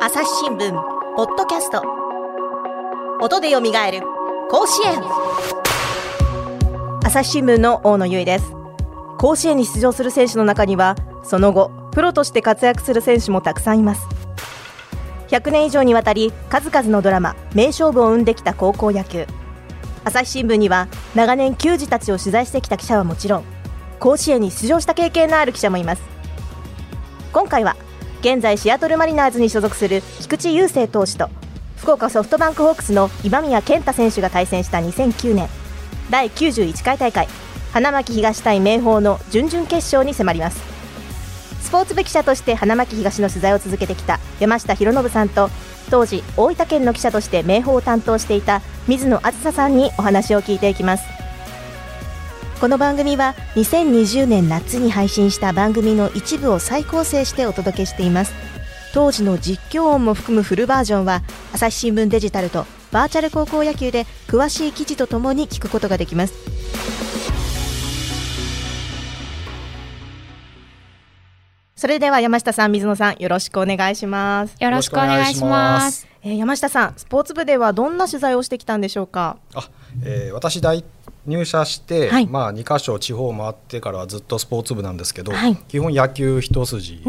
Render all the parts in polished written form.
朝日新聞ポッドキャスト、音でよみがえる甲子園。朝日新聞の大野由依です。甲子園に出場する選手の中にはその後プロとして活躍する選手もたくさんいます。100年以上にわたり数々のドラマ、名勝負を生んできた高校野球。朝日新聞には長年球児たちを取材してきた記者はもちろん、甲子園に出場した経験のある記者もいます。今回は現在シアトルマリナーズに所属する菊池雄星投手と福岡ソフトバンクホークスの今宮健太選手が対戦した2009年第91回大会花巻東対明豊の準々決勝に迫ります。スポーツ部記者として花巻東の取材を続けてきた山下博信さんと、当時大分県の記者として明豊を担当していた水野梓さんにお話を聞いていきます。この番組は2020年夏に配信した番組の一部を再構成してお届けしています。当時の実況音も含むフルバージョンは朝日新聞デジタルとバーチャル高校野球で詳しい記事とともに聞くことができます。それでは山下さん、水野さん、よろしくお願いします。 よろしくお願いします。 山下さん、スポーツ部ではどんな取材をしてきたんでしょうか？ 私入社して、2カ所地方を回ってからはずっとスポーツ部なんですけど、基本野球一筋です。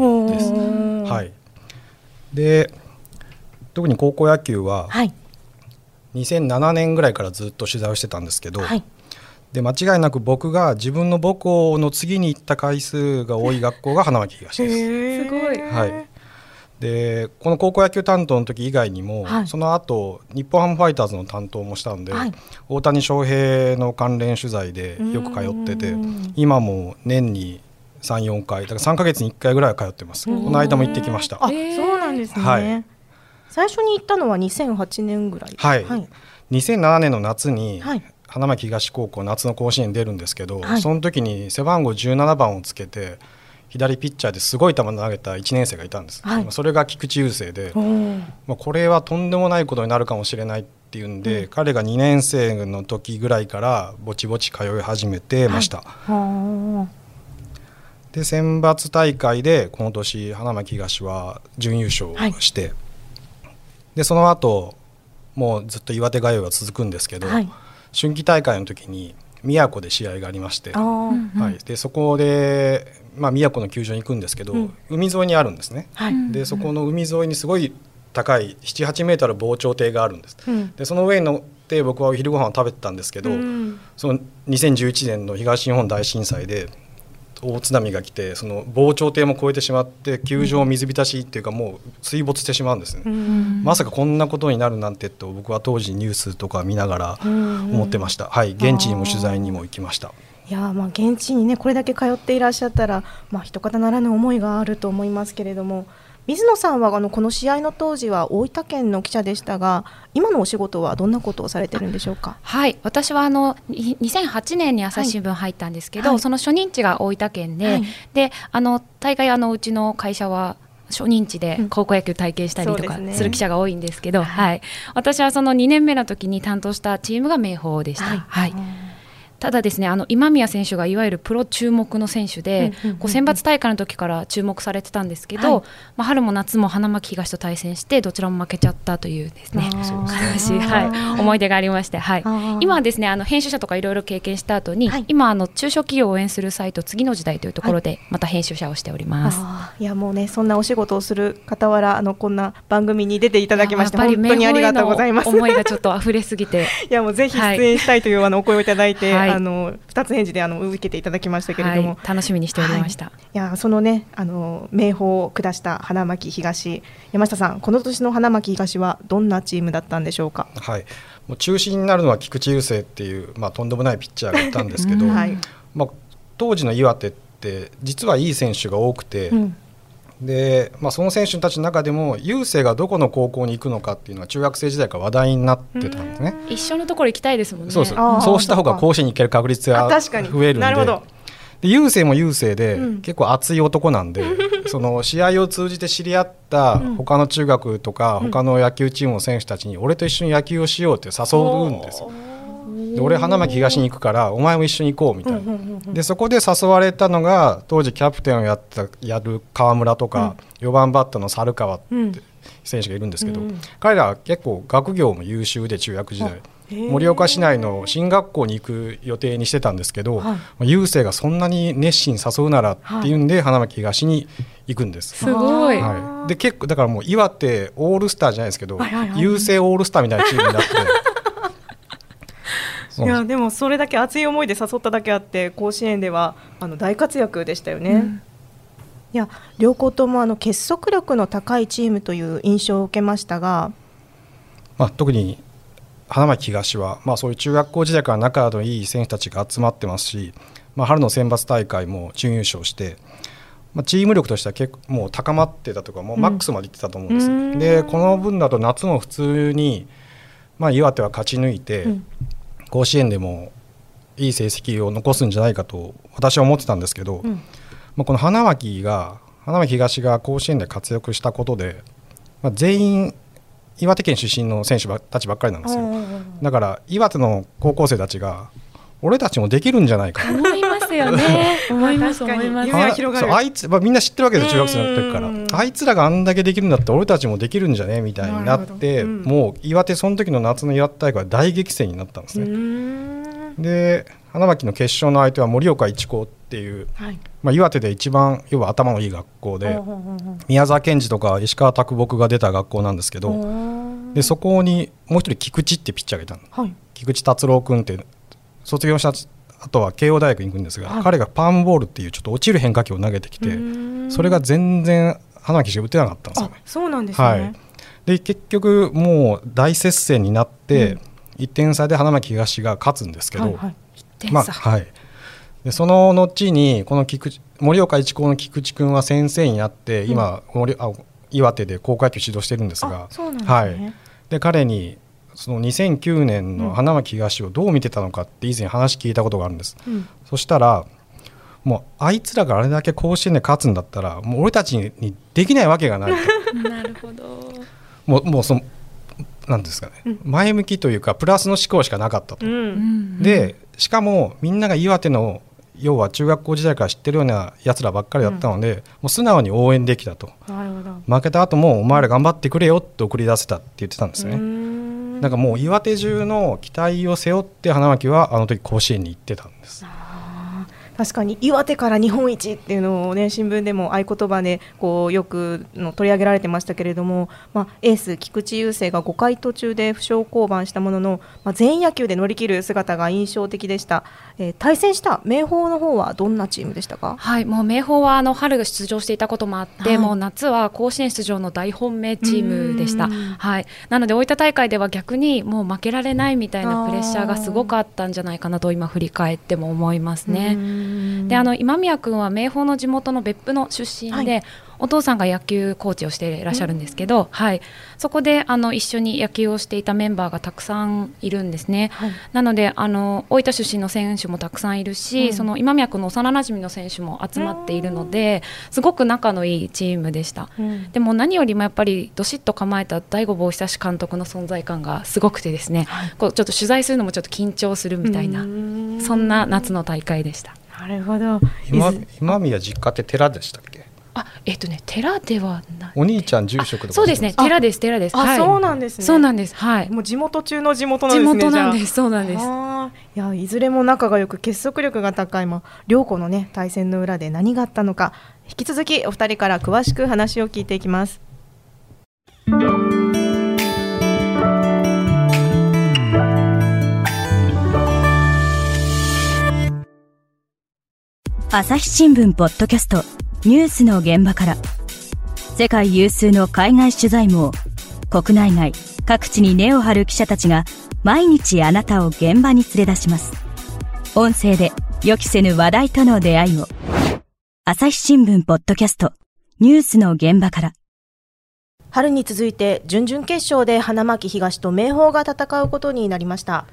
で、特に高校野球は、2007年ぐらいからずっと取材をしてたんですけど、で間違いなく僕が自分の母校の次に行った回数が多い学校が花巻東です。 すごい。 でこの高校野球担当の時以外にも、その後日本ハムファイターズの担当もしたんで、大谷翔平の関連取材でよく通ってて、今も年に 3,4 回だから3ヶ月に1回ぐらいは通ってます。この間も行ってきました。 そうなんですね。最初に行ったのは2008年ぐらい。 2007年の夏に、花巻東高校夏の甲子園に出るんですけど、その時に背番号17番をつけて左ピッチャーですごい球投げた1年生がいたんです。それが菊池雄星で、これはとんでもないことになるかもしれないっていうんで、彼が2年生の時ぐらいからぼちぼち通い始めてました。で選抜大会でこの年花巻東は準優勝して、でその後もうずっと岩手通いが続くんですけど、春季大会の時に宮古で試合がありまして、でそこで、宮古の球場に行くんですけど、海沿いにあるんですね。でそこの海沿いにすごい高い 7,8 メートル防潮堤があるんです。でその上に乗って僕はお昼ご飯を食べてたんですけど、その2011年の東日本大震災で大津波が来て、その防潮堤も越えてしまって球場水浸しっていうかもう水没してしまうんですね。まさかこんなことになるなんてと僕は当時ニュースとか見ながら思ってました。現地にも取材にも行きました。 いや現地にねこれだけ通っていらっしゃったら、一方ならぬ思いがあると思いますけれども、水野さんはこの試合の当時は大分県の記者でしたが、今のお仕事はどんなことをされてるんでしょうか？ 私は2008年に朝日新聞入ったんですけど、その初任地が大分県で、で大概うちの会社は初任地で高校野球体験したりとかする記者が多いんですけど、私はその2年目の時に担当したチームが明豊でした。ただですね、今宮選手がいわゆるプロ注目の選手で、選抜大会の時から注目されてたんですけど、春も夏も花巻東と対戦してどちらも負けちゃったというですね、悲しい、思い出がありまして、今はですね編集者とかいろいろ経験した後に、今中小企業を応援するサイト次の時代というところでまた編集者をしております。 いやもうね、そんなお仕事をする傍らこんな番組に出ていただきまして本当にありがとうございます。 思いがちょっと溢れすぎていやもうぜひ出演したいというお声をいただいて、2つ返事で受けていただきましたけれども、 楽しみにしておりました。 いやそのね明豊を下した花巻東、山下さん、この年の花巻東はどんなチームだったんでしょうか？ もう中心になるのは菊池雄星っていう、とんでもないピッチャーがいたんですけど、当時の岩手って実はいい選手が多くて、でその選手たちの中でも雄星がどこの高校に行くのかっていうのは中学生時代から話題になってたんですね。 一緒のところ行きたいですもんね。 そうした方が甲子園に行ける確率が増えるんで、雄星も雄星で、結構熱い男なんでその試合を通じて知り合った他の中学とか他の野球チームの選手たちに俺と一緒に野球をしようって誘うんですよ。で俺花巻東に行くからお前も一緒に行こうみたいな。でそこで誘われたのが当時キャプテンをやる川村とか、4番バッターの猿川って選手がいるんですけど、彼らは結構学業も優秀で中学時代盛岡市内の進学校に行く予定にしてたんですけど、郵政がそんなに熱心に誘うならっていうんで、花巻東に行くんです。 すごい、 で結構だからもう岩手オールスターじゃないですけど、郵政オールスターみたいなチームになっていやでもそれだけ熱い思いで誘っただけあって甲子園では大活躍でしたよね。いや両校とも結束力の高いチームという印象を受けましたが、 特に花巻東は、そういう中学校時代から仲のいい選手たちが集まってますし、春の選抜大会も準優勝して、チーム力としては結構もう高まってたとかもうマックスまでいってたと思うんです、でこの分だと夏も普通に、岩手は勝ち抜いて、甲子園でもいい成績を残すんじゃないかと私は思ってたんですけど、この花巻東が甲子園で活躍したことで、全員岩手県出身の選手たちばっかりなんですよ。だから岩手の高校生たちが俺たちもできるんじゃないかと思いますよね思います夢は広がる。 あいつ、みんな知ってるわけですよ、中学生の時から。あいつらがあんだけできるんだったら俺たちもできるんじゃねみたいになって、もう岩手その時の夏の岩手大会は大激戦になったんですね。で花巻の決勝の相手は盛岡一高っていう、岩手で一番要は頭のいい学校で、宮沢賢治とか石川啄木が出た学校なんですけど、でそこにもう一人菊池ってピッチャーがいたの、菊池達郎君って卒業した後は慶応大学に行くんですが、彼がパームボールっていうちょっと落ちる変化球を投げてきて、それが全然花巻東が打てなかったんですよね。 そうなんですね。 で結局もう大接戦になって、1点差で花巻東が勝つんですけど、でその後にこの盛岡一高の菊池君は先生になって、今岩手で高校野球指導してるんですが、で彼にその2009年の花巻東をどう見てたのかって以前話聞いたことがあるんです、そしたらもうあいつらがあれだけ甲子園で勝つんだったらもう俺たちにできないわけがないとなるほど。 もうそのなんですかね、前向きというかプラスの思考しかなかったと、でしかもみんなが岩手の要は中学校時代から知ってるようなやつらばっかりだったので、もう素直に応援できたと。負けた後もお前ら頑張ってくれよって送り出せたって言ってたんですね。なんかもう岩手中の期待を背負って花巻はあの時甲子園に行ってたんです。 確かに岩手から日本一っていうのを、新聞でも合言葉でよく取り上げられてましたけれども、エース菊池雄星が5回途中で負傷降板したものの、全員野球で乗り切る姿が印象的でした。対戦した明豊の方はどんなチームでしたか？ もう明豊は春が出場していたこともあって、もう夏は甲子園出場の大本命チームでした。なので大分大会では逆にもう負けられないみたいなプレッシャーがすごくあったんじゃないかなと今振り返っても思いますね。で今宮君は明豊の地元の別府の出身で、お父さんが野球コーチをしていらっしゃるんですけど、そこで一緒に野球をしていたメンバーがたくさんいるんですね。なので大分出身の選手もたくさんいるし、その今宮君の幼なじみの選手も集まっているので、すごく仲のいいチームでした。でも何よりもやっぱりどしっと構えた大吾坊久監督の存在感がすごくてですね、ちょっと取材するのもちょっと緊張するみたいな、そんな夏の大会でした。 なるほど。 今宮実家って寺でしたっけ？ 寺ではない。 お兄ちゃん住職とか。 そうですね、寺です。 そうなんですね。 そうなんです。 もう地元中の地元なんですね。 地元なんです。そうなんです。 いや、いずれも仲が良く結束力が高い、両校の対戦の裏で何があったのか、引き続きお二人から詳しく話を聞いていきます。 朝日新聞ポッドキャストニュースの現場から、世界有数の海外取材網、国内外各地に根を張る記者たちが毎日あなたを現場に連れ出します。音声で予期せぬ話題との出会いを。朝日新聞ポッドキャストニュースの現場から。 春に続いて準々決勝で花巻東と明豊が戦うことになりました。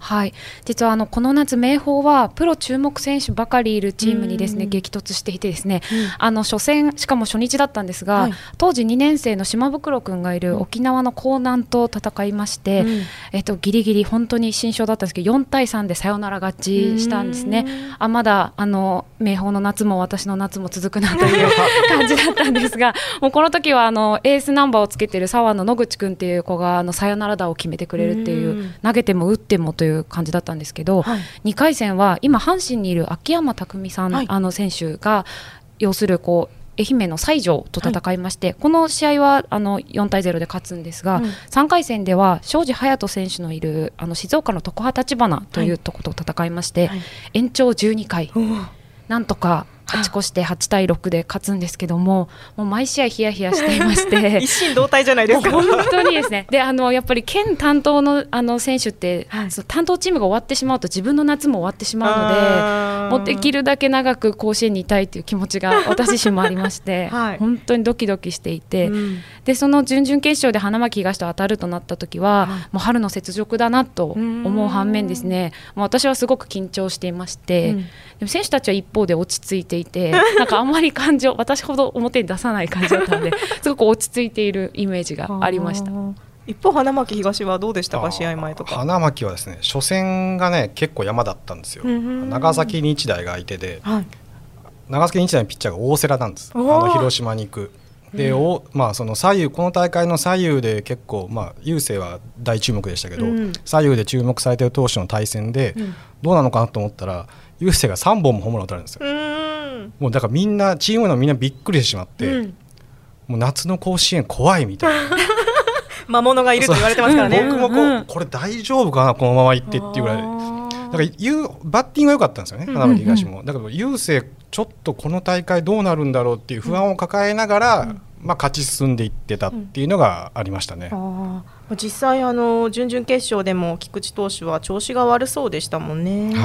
はい、実はこの夏明豊はプロ注目選手ばかりいるチームにですね激突していてですね、初戦しかも初日だったんですが、当時2年生の島袋くんがいる沖縄の江南と戦いまして、ギリギリ本当に新勝だったんですけど4対3でサヨナラ勝ちしたんですね。まだ明豊の夏も私の夏も続くなという感じだったんですがもうこの時はエースナンバーをつけている左腕の野口くんっていう子がサヨナラ打を決めてくれるっていう投げても打ってもという感じだったんですけど、2回戦は今阪神にいる秋山拓実さん、選手が要する愛媛の西条と戦いまして、この試合は4対0で勝つんですが、3回戦では庄司隼人選手のいる静岡の常葉立花というところと戦いまして、延長12回なんとか勝ち越して8対6で勝つんですけども、もう毎試合ヒヤヒヤしていまして一心同体じゃないですか。 本当にですね。でやっぱり県担当の選手って、担当チームが終わってしまうと自分の夏も終わってしまうので、もうできるだけ長く甲子園にいたいという気持ちが私自身もありまして、本当にドキドキしていて、でその準々決勝で花巻東と当たるとなった時は、もう春の雪辱だなと思う反面ですね、もう私はすごく緊張していまして、でも選手たちは一方で落ち着いていて、なんかあんまり感情私ほど表に出さない感じだったのですごく落ち着いているイメージがありました。 一方花巻東はどうでしたか、試合前とか。 花巻はですね、初戦がね結構山だったんですよ。長崎日大が相手で、長崎日大のピッチャーが大瀬良なんです。広島に行くで、その左右、この大会の左右で結構、雄星は大注目でしたけど、左右で注目されている投手の対戦で、どうなのかなと思ったら雄星が3本もホームラン打たれるんですよ。もうだからチームのみんなびっくりしてしまって、もう夏の甲子園怖いみたいな魔物がいると言われてますからね。 僕もこれ大丈夫かな、このまま行ってっていうぐらい。だからバッティングが良かったんですよね、花巻東も。だけど雄星ちょっとこの大会どうなるんだろうっていう不安を抱えながら、勝ち進んでいってたっていうのがありましたね。 実際準々決勝でも菊池投手は調子が悪そうでしたもんね。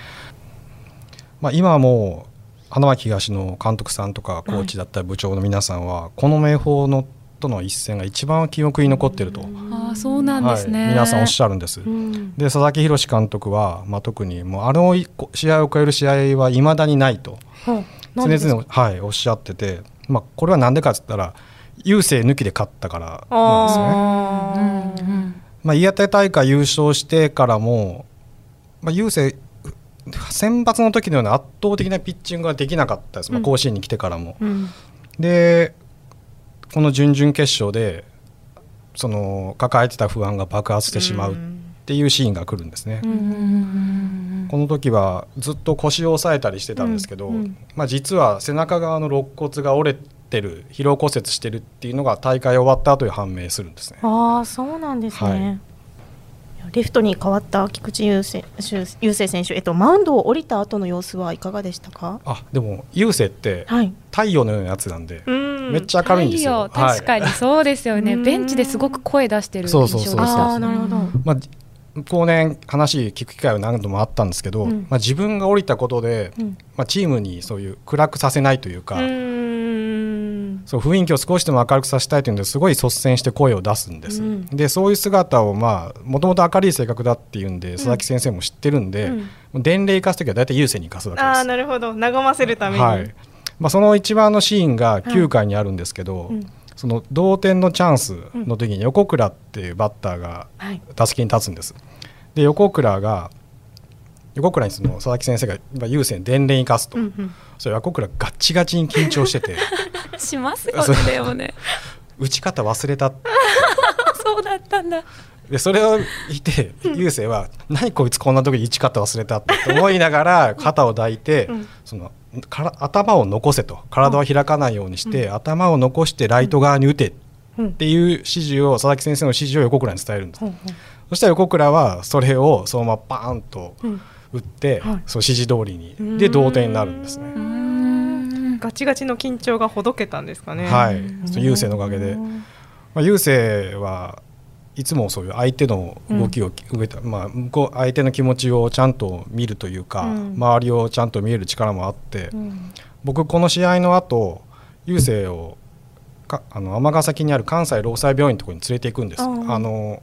今はもう花巻東の監督さんとかコーチだったり部長の皆さんは、この明豊との一戦が一番記憶に残っていると、 そうなんですね、 皆さんおっしゃるんです。で佐々木宏監督は、特にもう試合を超える試合は未だにないと常々、おっしゃってて、これは何でかって言ったら雄星抜きで勝ったからなんですよね。岩手大会優勝してからも、雄星選抜の時のような圧倒的なピッチングができなかったです、甲子園に来てからも。でこの準々決勝でその抱えてた不安が爆発してしまうっていうシーンが来るんですね。この時はずっと腰を押さえたりしてたんですけど、実は背中側の肋骨が折れてる、疲労骨折してるっていうのが大会終わった後に判明するんですね。 そうなんですね。レフトに変わった菊池雄星選手、マウンドを降りた後の様子はいかがでしたか。 でも雄星って太陽のようなやつなんで、めっちゃ明るいんですよ。 確かにそうですよね。ベンチですごく声出してる印象でした。 なるほど。 後年話聞く機会は何度もあったんですけど、自分が降りたことで、チームにそういう暗くさせないというか、そう雰囲気を少しでも明るくさせたいというのですごい率先して声を出すんです。でそういう姿をもともと明るい性格だっていうんで佐々木先生も知ってるんで、伝令生かすときは大体雄星に生かすわけです。 なるほど、和ませるために。その一番のシーンが9回にあるんですけど、その同点のチャンスの時に横倉っていうバッターが打席に立つんです。で横倉にその佐々木先生が優先伝令に生かすと、それ横倉ガッチガチに緊張しててしますよね。でもね打ち方忘れたそうだったんだ。 でそれを言って優星は何こいつこんな時に打ち方忘れたって思いながら肩を抱いて、その頭を残せと、体は開かないようにして、頭を残してライト側に打てっていう指示を佐々木先生の指示を横倉に伝えるんです。そしたら横倉はそれをそのままバーンと打って、その指示通りにで同点になるんですね。 ガチガチの緊張がほどけたんですかね。 優勢のおかげで、優勢はいつもそういう相手の動きを、相手の気持ちをちゃんと見るというか、周りをちゃんと見える力もあって、僕この試合の後優勢を尼崎にある関西労災病院のところに連れて行くんです。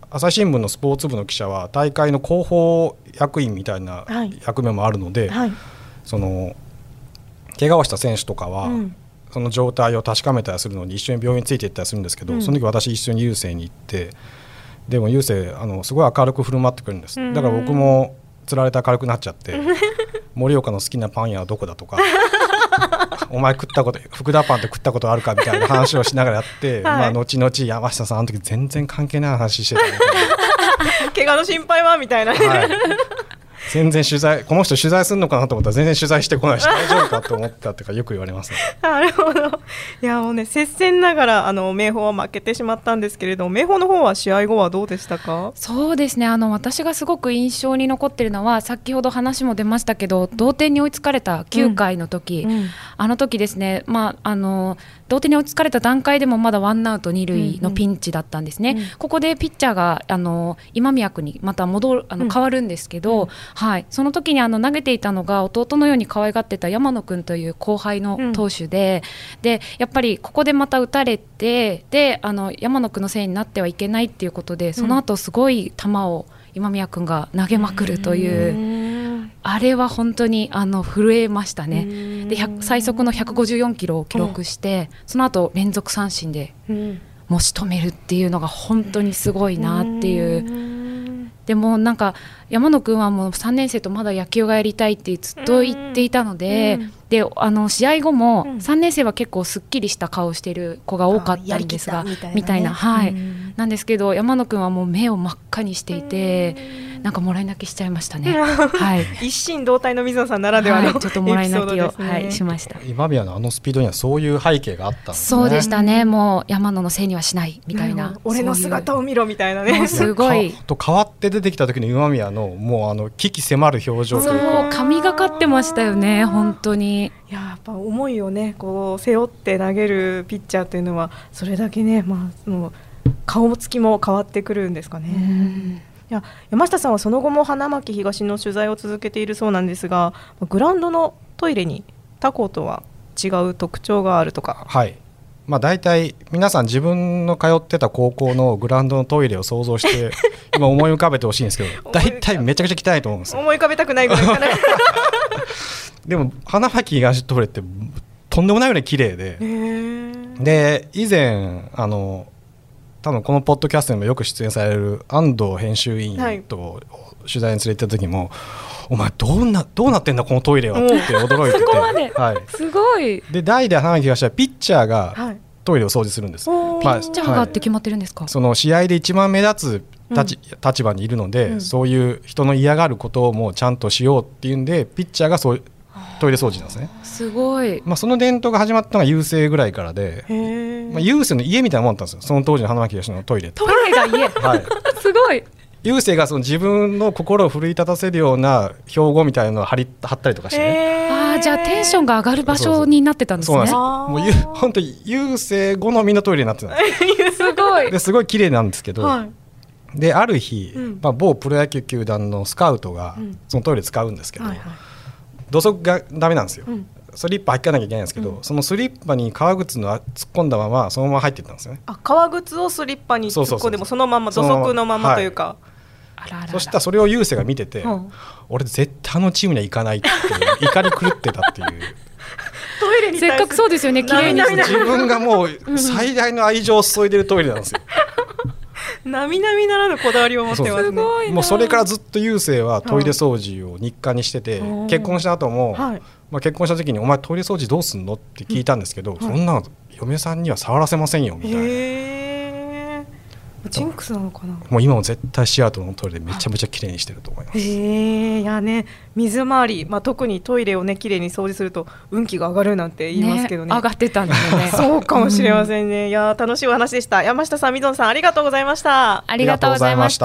朝日新聞のスポーツ部の記者は大会の広報役員みたいな役目もあるので、その怪我をした選手とかは、その状態を確かめたりするのに一緒に病院についていったりするんですけど、その時私一緒に郵政に行って、でも郵政すごい明るく振る舞ってくるんです。だから僕もつられて明るくなっちゃって盛岡の好きなパン屋はどこだとかお前福田パンって食ったことあるかみたいな話をしながらやって、後々山下さんあの時全然関係ない話してたみたいな怪我の心配はみたいな、 全然この人取材するのかなと思ったら全然取材してこないし大丈夫かと思ったっていうかよく言われますね。 なるほど。いやもうね、接戦ながら明豊は負けてしまったんですけれども、明豊の方は試合後はどうでしたか？ そうですね、私がすごく印象に残っているのは、先ほど話も出ましたけど同点に追いつかれた9回の時、あの時ですね、同点に追いつかれた段階でもまだワンアウト2塁のピンチだったんですね。ここでピッチャーが今宮君にまた変わるんですけど、その時に投げていたのが弟のように可愛がってた山野君という後輩の投手で、やっぱりここでまた打たれて、で山野君のせいになってはいけないっていうことで、その後すごい球を今宮君が投げまくるという、あれは本当に震えましたね。で最速の154キロを記録して、その後連続三振でもう仕留めるっていうのが本当にすごいなっていう。でもなんか山野君はもう3年生とまだ野球がやりたいってずっと言っていたので、で試合後も3年生は結構すっきりした顔をしている子が多かったんですが、みたいな、なんですけど山野君はもう目を真っ赤にしていて、なんかもらい泣きしちゃいましたね。 一心同体の水野さんならではの、 ちょっともらい泣きを、しました。 今宮のスピードにはそういう背景があったんですね。 そうでしたね。もう山野のせいにはしないみたいな、 俺の姿を見ろみたいなね、 すごい変わって出てきた時の今宮のもう危機迫る表情というか、 神がかってましたよね本当に。 やっぱ思いをねこう背負って投げるピッチャーというのはそれだけね、もう顔つきも変わってくるんですかね。いや山下さんはその後も花巻東の取材を続けているそうなんですが、グラウンドのトイレに他校とは違う特徴があるとか。 大体皆さん自分の通ってた高校のグラウンドのトイレを想像して今思い浮かべてほしいんですけど大体めちゃくちゃ汚いと思うんですよ。 思い浮かべたくないぐらいかなでも花巻東トイレってとんでもないぐらい綺麗で、以前多分このポッドキャストにもよく出演される安藤編集員と取材に連れて行った時も、お前どうなってんだこのトイレはって驚いててそこまで、すごい。 で代で花巻東はピッチャーがトイレを掃除するんです。 ピッチャーがって決まってるんですか？ その試合で一番目立つ立場にいるので、そういう人の嫌がることをもうちゃんとしようっていうんでピッチャーがトイレ掃除なんですね。 すごい。 その伝統が始まったのが郵政ぐらいからで、郵政の家みたいなもんだったんですよ、その当時の花巻東のトイレって。 トイレが家、すごい。 郵政がその自分の心を奮い立たせるような標語みたいなのを貼ったりとかしてね、 じゃあテンションが上がる場所になってたんですね。 そうなんです。もう本当に郵政好みのトイレになってたんですすごい。 ですごい綺麗なんですけど、である日、某プロ野球球団のスカウトがそのトイレ使うんですけど、土足がダメなんですよ。スリッパ履かなきゃいけないんですけど、そのスリッパに革靴の突っ込んだままそのまま入っていったんですよね。 革靴をスリッパに突っ込んでもそのまま土足のままというか、 そしたらそれを郵政が見てて、俺絶対チームには行かないって怒り狂ってたっていうトイレにせっかくそうですよね、綺麗に自分がもう最大の愛情を注いでるトイレなんですよ並々ならぬこだわりを持ってますね。 もうそれからずっと郵政はトイレ掃除を日課にしてて、結婚した後も、結婚した時にお前トイレ掃除どうすんのって聞いたんですけど、そんなの嫁さんには触らせませんよみたいな。 ジンクスなのかな。 もう今も絶対シアトルのトイレめちゃめちゃ綺麗にしてると思います。 いやね、水回り、特にトイレをね綺麗に掃除すると運気が上がるなんて言いますけどね。 上がってたんですよねそうかもしれませんね。いや楽しいお話でした。山下さん、水野さん、ありがとうございました。 ありがとうございました。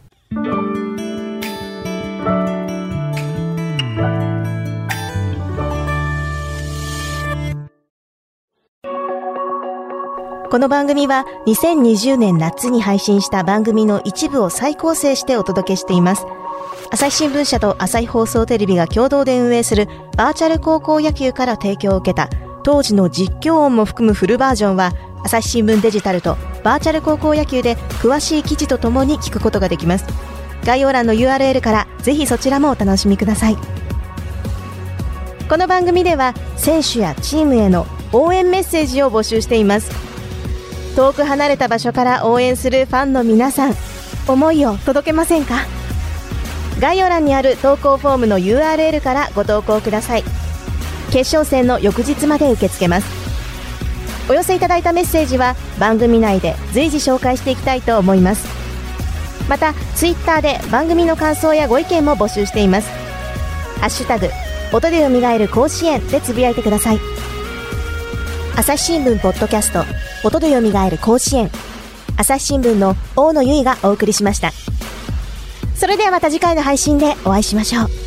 この番組は2020年夏に配信した番組の一部を再構成してお届けしています。朝日新聞社と朝日放送テレビが共同で運営するバーチャル高校野球から提供を受けた当時の実況音も含むフルバージョンは朝日新聞デジタルとバーチャル高校野球で詳しい記事とともに聞くことができます。概要欄の URL からぜひそちらもお楽しみください。この番組では選手やチームへの応援メッセージを募集しています。遠く離れた場所から応援するファンの皆さん、思いを届けませんか？概要欄にある投稿フォームの URL からご投稿ください。決勝戦の翌日まで受け付けます。お寄せいただいたメッセージは番組内で随時紹介していきたいと思います。またツイッターで番組の感想やご意見も募集しています。ハッシュタグ音で蘇る甲子園でつぶやいてください。朝日新聞ポッドキャスト音で蘇る甲子園、朝日新聞の大野由依がお送りしました。それではまた次回の配信でお会いしましょう。